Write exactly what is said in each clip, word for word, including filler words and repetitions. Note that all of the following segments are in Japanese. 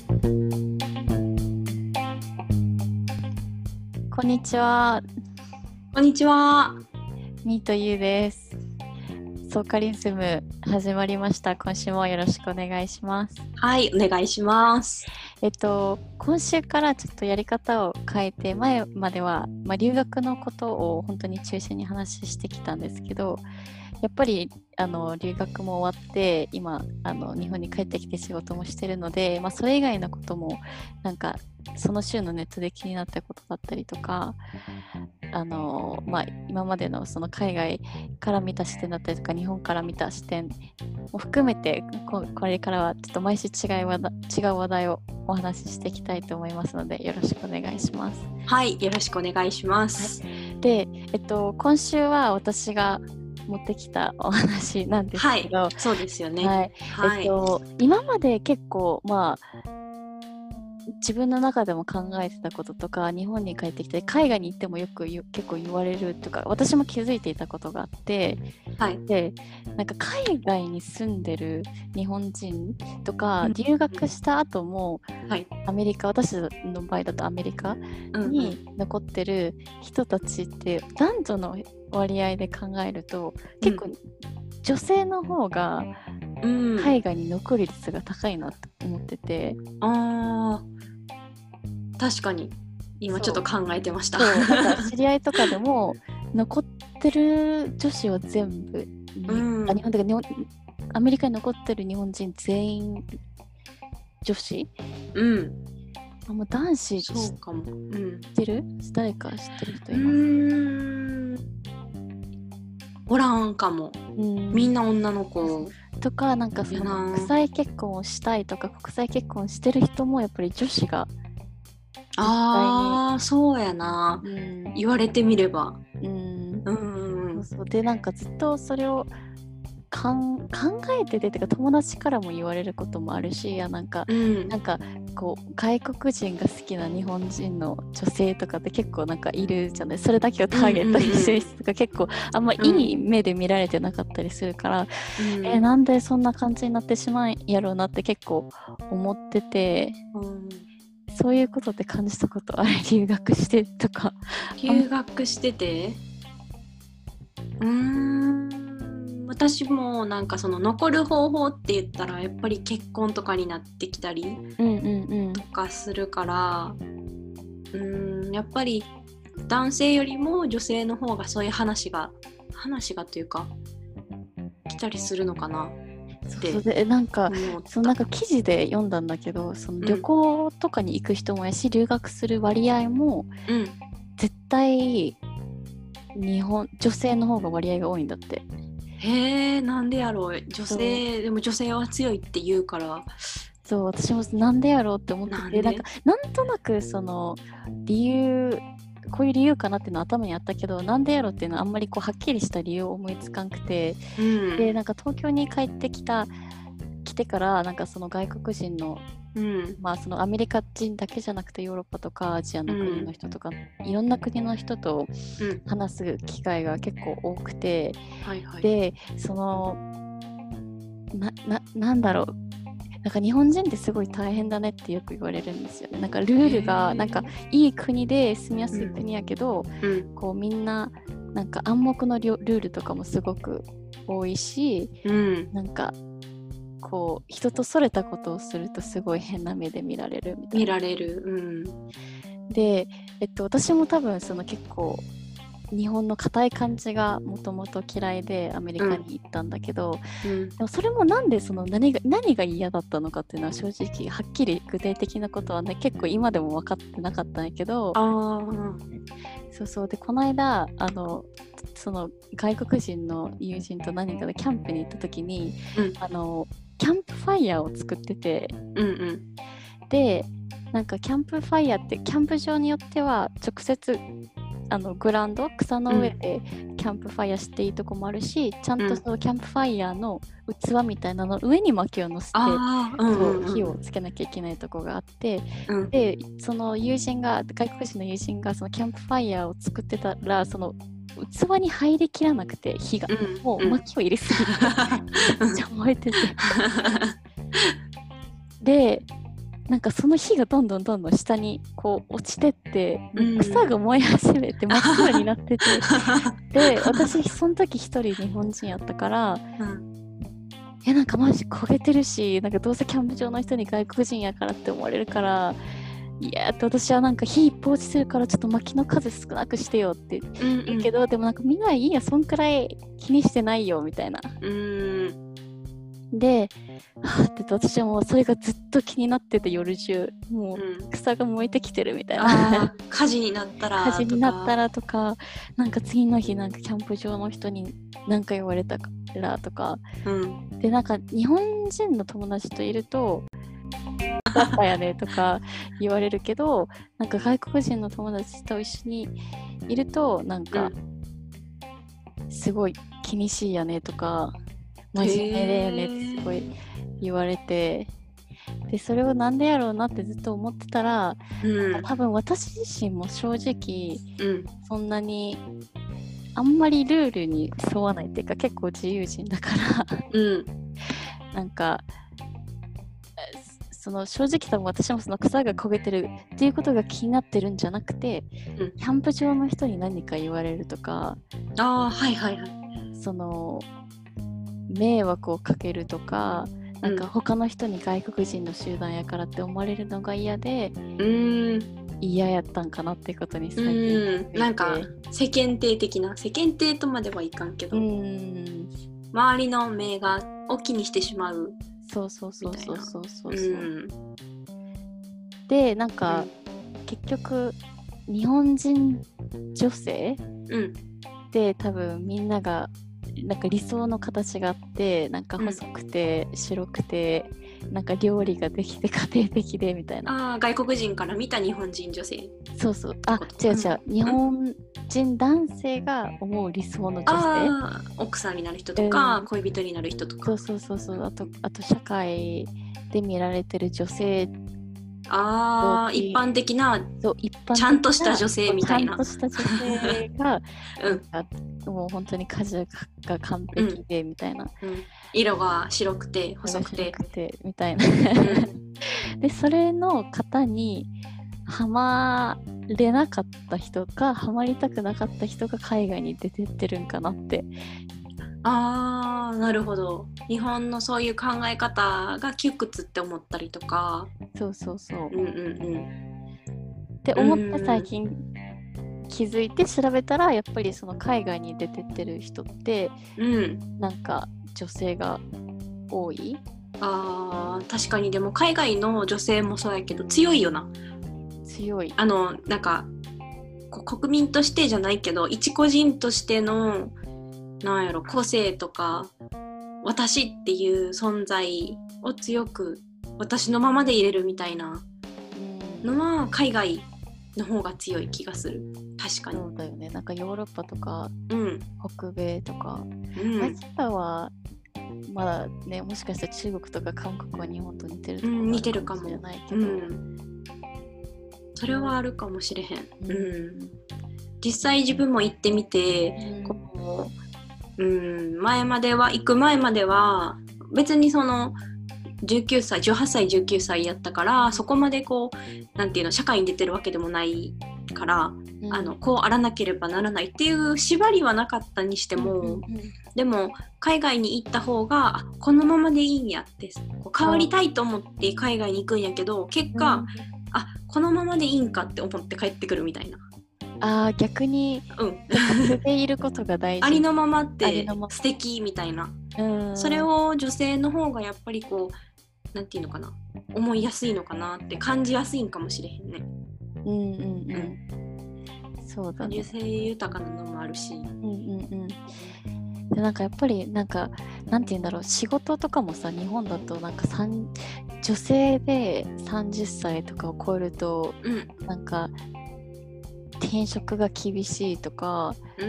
こんにちは。 こんにちは。 ミートユーです。ソーカリズム始まりました。今週もよろしくお願いします。 はい、お願いします。 えっと今週からちょっとやり方を変えて、前までは、まあ、留学のことを本当に中心に話してきたんですけど、やっぱりあの留学も終わって今あの日本に帰ってきて仕事もしてるので、まあ、それ以外のこともなんかその週のネットで気になったことだったりとか、あの、まあ、今までのその海外から見た視点だったりとか日本から見た視点も含めて こ, これからはちょっと毎週違い話題違う話題をお話ししていきたいと思いますのでよろしくお願いします。 はい、よろしくお願いします。 はい、で、えっと、今週は私が持ってきたお話なんですけど、 はい、そうですよね。 はいはい、えっと、今まで結構まあ自分の中でも考えてたこととか日本に帰ってきて海外に行ってもよく結構言われるとか私も気づいていたことがあって、 はい、 でなんか海外に住んでる日本人とか、うん、留学した後も、はい、アメリカ私の場合だとアメリカに残ってる人たちって男女の割合で考えると結構女性の方が海外に残る率が高いなって思ってて、 うん、あ確かに今ちょっと考えてました。 そうなんか知り合いとかでも残ってる女子は全部、うん、あ日本だからアメリカに残ってる日本人全員女子、 うん、 あもう男子そうかも、うん、 知ってる？誰か知ってる人います？ うーんおらんかも、うん、みんな女の子とかなんかその国際結婚をしたいとか国際結婚してる人もやっぱり女子がああそうやな、うん、言われてみれば、うんうん、そうそうでなんかずっとそれをかん考えててってか友達からも言われることもあるし、いやなんか、うん、なんかこう外国人が好きな日本人の女性とかって結構なんかいるじゃない、それだけをターゲットにしてる人とか結構あんまいい目で見られてなかったりするから、うん、えなんでそんな感じになってしまうんやろうなって結構思ってて、うん、そういうことって感じたことあれ留学してとか。 留学しててうーん私もなんかその残る方法って言ったらやっぱり結婚とかになってきたりとかするから、うんうんうん、やっぱり男性よりも女性の方がそういう話が話がというか来たりするのかなって。 そうでなんかそのなんか記事で読んだんだけど、その旅行とかに行く人もやし、うん、留学する割合も、うん、絶対日本女性の方が割合が多いんだって。 へえ、なんでやろう。女性でも女性は強いって言うから。 そう私もなんでやろうって思ってて、なんかなんとなくその理由こういう理由かなっていうのは頭にあったけど、なんでやろうっていうのはあんまりこうはっきりした理由を思いつかんくて、うん、でなんか東京に帰ってきた来てからなんかその外国人の、うんまあ、そのアメリカ人だけじゃなくてヨーロッパとかアジアの国の人とか、うん、いろんな国の人と話す機会が結構多くて、うんはいはい、でその な, な, なんだろうなんか日本人ってすごい大変だねってよく言われるんですよね。なんかルールがなんかいい国で住みやすい国やけど、うん、こうみんななんか暗黙のルールとかもすごく多いし、うん、なんかこう人とそれたことをするとすごい変な目で見られるみたいな。 見られる、うん、 で、えっと、私も多分その結構日本の硬い感じがもともと嫌いでアメリカに行ったんだけど、うん、でもそれもなんでその 何が、何が嫌だったのかっていうのは正直はっきり具体的なことはね結構今でも分かってなかったんやけど、あそうそうでこの間あのその外国人の友人と何かでキャンプに行った時に、うん、あのキャンプファイヤーを作ってて、うんうん、でなんかキャンプファイヤーってキャンプ場によっては直接あのグラウンド草の上でキャンプファイヤーしていいとこもあるし、うん、ちゃんとそのキャンプファイヤーの器みたいなの上に薪を乗せて、うんうん、火をつけなきゃいけないとこがあって、うん、でその友人が外国人の友人がそのキャンプファイヤーを作ってたらその器に入りきらなくて火が、うん、もう薪を入れすぎて、うん、めっちゃ燃えててでなんかその火がどんどんどんどん下にこう落ちてって、うん、草が燃え始めて真っ黒になっててで私その時一人日本人やったから、うん、えなんかマジ焦げてるし、なんかどうせキャンプ場の人に外国人やからって思われるから、いやって私はなんか火いっぱい落ちてるからちょっと薪の数少なくしてよって言うけど、うんうん、でもなんかみんないいやそんくらい気にしてないよみたいな。うーんで、はぁって私はもうそれがずっと気になってて、夜中もう草が燃えてきてるみたいな、うん、 火事になったら火事になったらとか、なんか次の日なんかキャンプ場の人に何か言われたからとか、うん、でなんか日本人の友達といるとだったやねとか言われるけど、なんか外国人の友達と一緒にいるとなんか、うん、すごい気にしいやねとか真面目だよねってすごい言われて、でそれをなんでやろうなってずっと思ってたら、うん、多分私自身も正直、うん、そんなにあんまりルールに沿わないっていうか結構自由人だから、うん、なんかその正直多分私もその草が焦げてるっていうことが気になってるんじゃなくて、うん、キャンプ場の人に何か言われるとか、 あーはいはいはい、 その迷惑をかけるとか、なんか他の人に外国人の集団やからって思われるのが嫌で、うーん嫌やったんかなっていうことに最近うんなんか世間体的な、世間体とまではいかんけど、うん周りの目が大きにしてしまう、 そうそうそうそうそうそうそう、うん、でなんか、うん、結局日本人女性、うん、で多分みんながなんか理想の形があって、なんか細くて白くて、うん、なんか料理ができて家庭的でみたいな。 ああ外国人から見た日本人女性。 そうそう、あ違う違う、うん、日本人男性が思う理想の女性、 あ奥さんになる人とか、うん、恋人になる人とか、 そうそうそうそう、あとあと社会で見られてる女性、 ああ一般的な、そう一般的なちゃんとした女性みたいな、 ちゃんとした女性が、うん、もう本当に家事が完璧でみたいな、 うんうん、色が白くて細くて白くてみたいな、うん、でそれの方にハマれなかった人かハマりたくなかった人が海外に出てってるんかなって。 あーなるほど、日本のそういう考え方が窮屈って思ったりとか、 そうそうそう、うんうんうん、って思って最近気づいて調べたら、やっぱりその海外に出てってる人って、うん、なんか女性が多い。 あー確かに、でも海外の女性もそうやけど強いよな。 強い、 あのなんか国民としてじゃないけど一個人としてのなんやろ個性とか私っていう存在を強く私のままで入れるみたいなのは海外の方が強い気がする。確かにそうだよね。なんかヨーロッパとか、うん、北米とか、うん、アジアはまだね、もしかしたら中国とか韓国は日本と似てるところがあるかもしれないけど、うん、似てるかも、うん、 それはあるかもしれへん、うんうん、実際自分も行ってみて、うん、こう、うん、前までは行く前までは別にそのじゅうきゅうさいじゅうはっさいじゅうきゅうさいやったから、そこまでこうなんていうの社会に出てるわけでもないから、うん、あのこうあらなければならないっていう縛りはなかったにしても、うんうんうん、でも海外に行った方があこのままでいいんやってこう変わりたいと思って海外に行くんやけど、結果、うん、あこのままでいいんかって思って帰ってくるみたいな。 あ逆に、うん、それでいることが大事ありのままって素敵みたいな、うん、それを女性の方がやっぱりこうなんていうのかな、思いやすいのかなって感じやすいんかもしれへんね。うんうんうん、うん、そうだね。女性豊かなのもあるし、うんうんうん。でなんかやっぱりなんかなんていうんだろう、仕事とかもさ、日本だとなんか女性でさんじゅっさいとかを超えると、うん、なんか転職が厳しいとか、うん、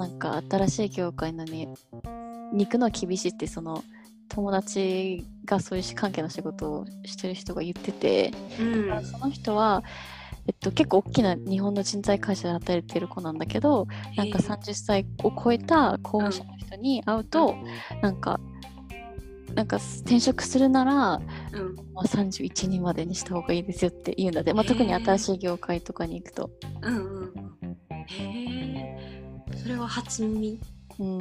なんか新しい業界のに行くのは厳しいって、その友達がそういう関係の仕事をしてる人が言ってて、うん、その人は、えっと、結構大きな日本の人材会社で働いてる子なんだけど、なんかさんじゅっさいを超えた候補者の人に会うと、うん、なんかなんか転職するなら、 うんまあ、さんじゅういちにんまでにした方がいいですよって言うんだで、まあ、特に新しい業界とかに行くと。 うんうん。へえ、それは初耳。 うん。 うん、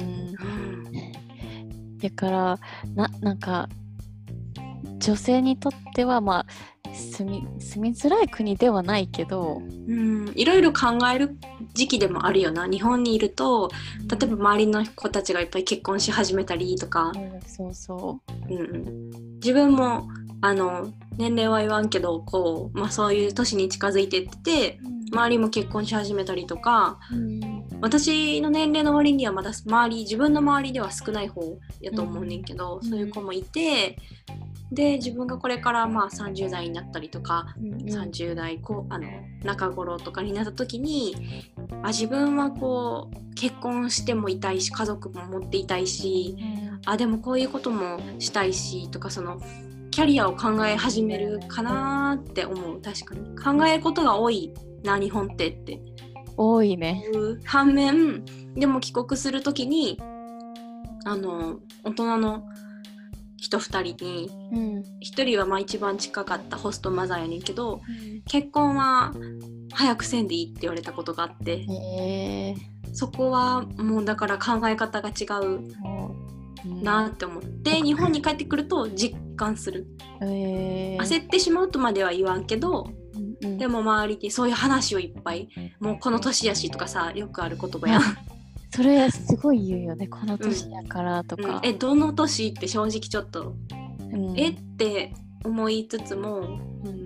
だからななんか女性にとってはまあ住み住みづらい国ではないけど、 うん、いろいろ考える時期でもあるよな。日本にいると、例えば周りの子たちがいっぱい結婚し始めたりとか、 うん、そうそう、 うん、自分もあの年齢は言わんけどこう、まあ、そういう年に近づいてって周りも結婚し始めたりとか、うん、私の年齢の割にはまだ周り自分の周りでは少ない方やと思うねんけど、うん、そういう子もいて、で自分がこれからまあさんじゅう代になったりとか、うん、さんじゅう代こうあの中頃とかになった時に、あ自分はこう結婚してもいたいし家族も持っていたいし、うん、あでもこういうこともしたいしとか、そのキャリアを考え始めるかなって思う。確かに考えることが多いな日本ってって多いね。 反面でも帰国する時にあの大人の人ふたりに、うん、ひとりはまあ一番近かったホストマザーやねんけど、うん、結婚は早くせんでいいって言われたことがあって、へー、そこはもうだから考え方が違うなって思って、うん、日本に帰ってくると実感する、へー、焦ってしまうとまでは言わんけど、うんうん、でも周りでそういう話をいっぱい、もうこの年やしとかさ、よくある言葉やんそれすごい言うよね、この年やからとか、うんうん、えどの年って正直ちょっと、うん、えって思いつつも、うん、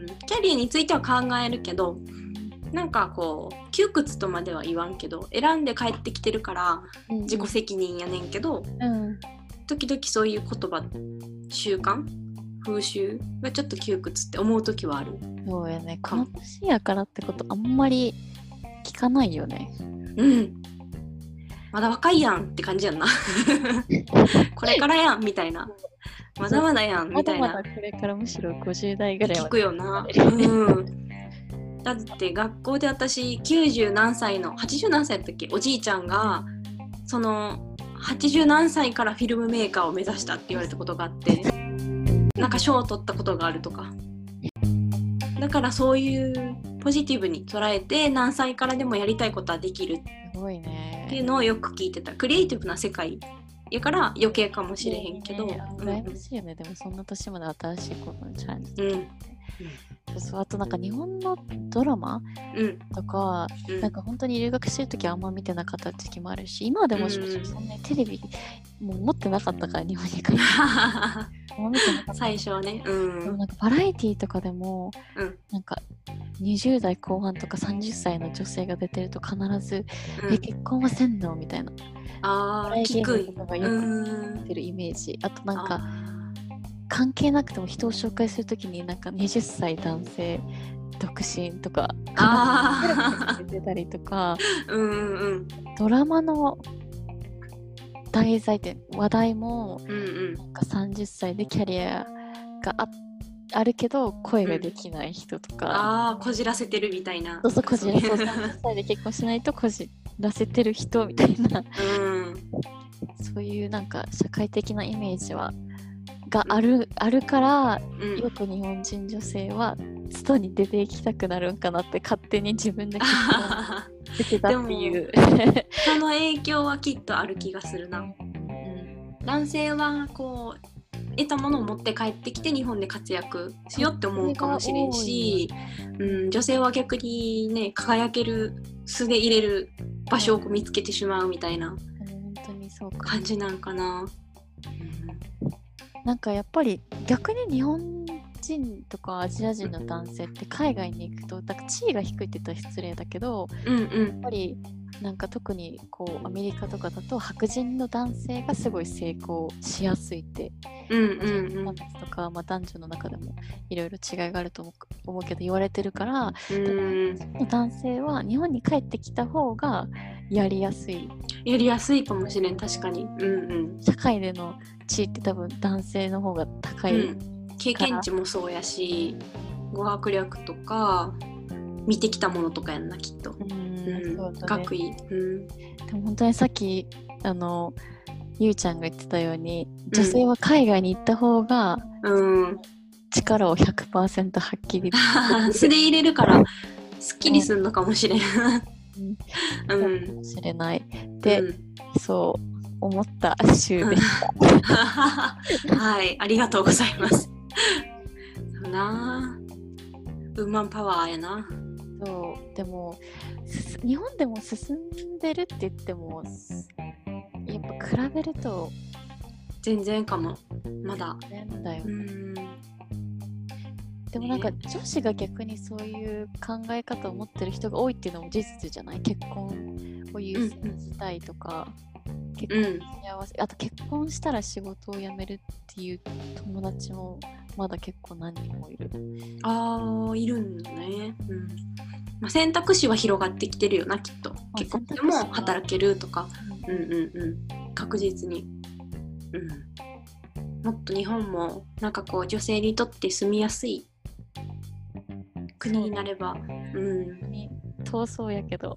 キャリアについては考えるけど、なんかこう窮屈とまでは言わんけど選んで帰ってきてるから自己責任やねんけど、うん、時々そういう言葉習慣風習がちょっと窮屈って思う時はある。 そうやね、この年やからってことあんまり聞かないよね。 うん、まだ若いやんって感じやんなこれからやんみたいな、まだまだやんみたいな、 まだまだこれからむしろごじゅう代ぐらい聞くよな、うん、だって学校で私きゅうじゅう何歳のはちじゅう何歳だったっけおじいちゃんがそのはちじゅう何歳からフィルムメーカーを目指したって言われたことがあってなんか賞を取ったことがあるとか、だからそういうポジティブに捉えて何歳からでもやりたいことはできるすごいねっていうのをよく聞いてた。クリエイティブな世界やから余計かもしれへんけど、 ね、羨ましいよね、うん、でもそんな年まで新しいことにチャレンジ、うんそうそう、あとなんか日本のドラマ、うん、とか、うん、なんか本当に留学してる時はあんま見てなかった時期もあるし、今でも正直そんなにテレビもう持ってなかったから日本に帰ってもう見てなかった最初はね、うん、 でもなんかバラエティとかでも、うん、なんかにじゅう代後半とかさんじゅっさいの女性が出てると必ず、うん、え結婚はせんのみたいな、 あー聞くとかがよく出てるイメージ。あとなんか関係なくても人を紹介するときになんかはたち男性独身とか出てたりとかうん、うん、ドラマの題材って話題も、うんうん、なんかさんじゅっさいでキャリアが あ, あるけど声ができない人とか、うん、 ああこじらせてるみたいな、 そうそうこじらせさんじゅっさいで結婚しないとこじらせてる人みたいな、うん、そういうなんか社会的なイメージはがある、あるから、うん、よく日本人女性は外に出ていきたくなるんかなって勝手に自分で決めてたっていうその影響はきっとある気がするな、うん、男性はこう得たものを持って帰ってきて日本で活躍しようって思うかもしれんし、うん、女性は逆にね輝ける素で入れる場所を見つけてしまうみたいな感じなんかな。 なんかやっぱり逆に日本人とかアジア人の男性って海外に行くとなんか地位が低いって言ったら失礼だけど、うんうん、やっぱりなんか特にこうアメリカとかだと白人の男性がすごい成功しやすいって、うんうんうん、とか、まあ、男女の中でもいろいろ違いがあると思う、思うけど言われてるから、うん、男性は日本に帰ってきた方がやりやすいやりやすいかもしれん。確かに、うんうん、 社会での地位って多分男性の方が高い、うん、 経験値もそうやし語学力とか見てきたものとかやんなきっと、うんうん、学位、うん、 でも本当にさっきあのゆうちゃんが言ってたように女性は海外に行った方が、 うん、 力を ひゃくパーセント 発揮できる素で入れるからすっきりするのかもしれん、 うん、うん、かもしれないで、うん、そう思った週でしたはい、ありがとうございます。そうな、ウーマンパワーやな。 そうでも日本でも進んでるって言ってもやっぱ比べると全然かも、まだ全然だよ、うん、でもなんか女子が逆にそういう考え方を持ってる人が多いっていうのも事実じゃない？結婚を優先したいとか、うん、結婚幸せ、うん、あと結婚したら仕事を辞めるっていう友達もまだ結構何人もいる。 ああ、いるんだね、うん、まあ、選択肢は広がってきてるよな、きっと。結婚でも働けるとか、うんうんうん、確実に、うん、もっと日本もなんかこう女性にとって住みやすい国になれば、うん、 遠そうやけど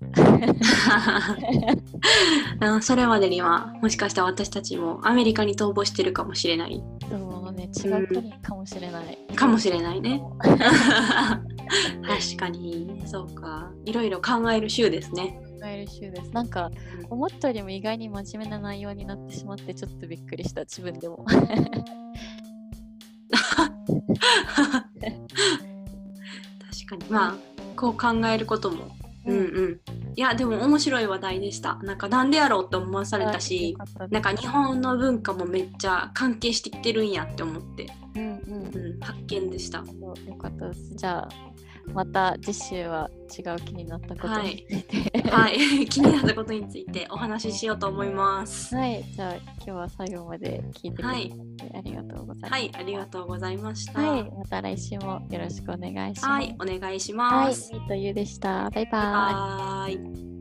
それまでにはもしかしたら私たちもアメリカに逃亡してるかもしれない。 そうね、違う国かもしれない、 うん、かもしれないね確かにそうか、いろいろ考える週ですね。 考える週です。なんか、うん、思ったよりも意外に真面目な内容になってしまってちょっとびっくりした、自分でも確かに、まあこう考えることも、うんうん、いやでも面白い話題でした。なんかなんでやろうって思わされたし、なんか日本の文化もめっちゃ関係してきてるんやって思って、うんうんうん、発見でした。 そうよかったです。じゃあまた次週は違う気になったことについて、 はい、はい、気になったことについてお話ししようと思います。 はい、じゃあ今日は最後まで聞いてくださってありがとうございました。 はい、ありがとうございました。 はい、また来週もよろしくお願いします。 はい、お願いします。 はい、みーとゆうでした。バイバイ。 バイバイ。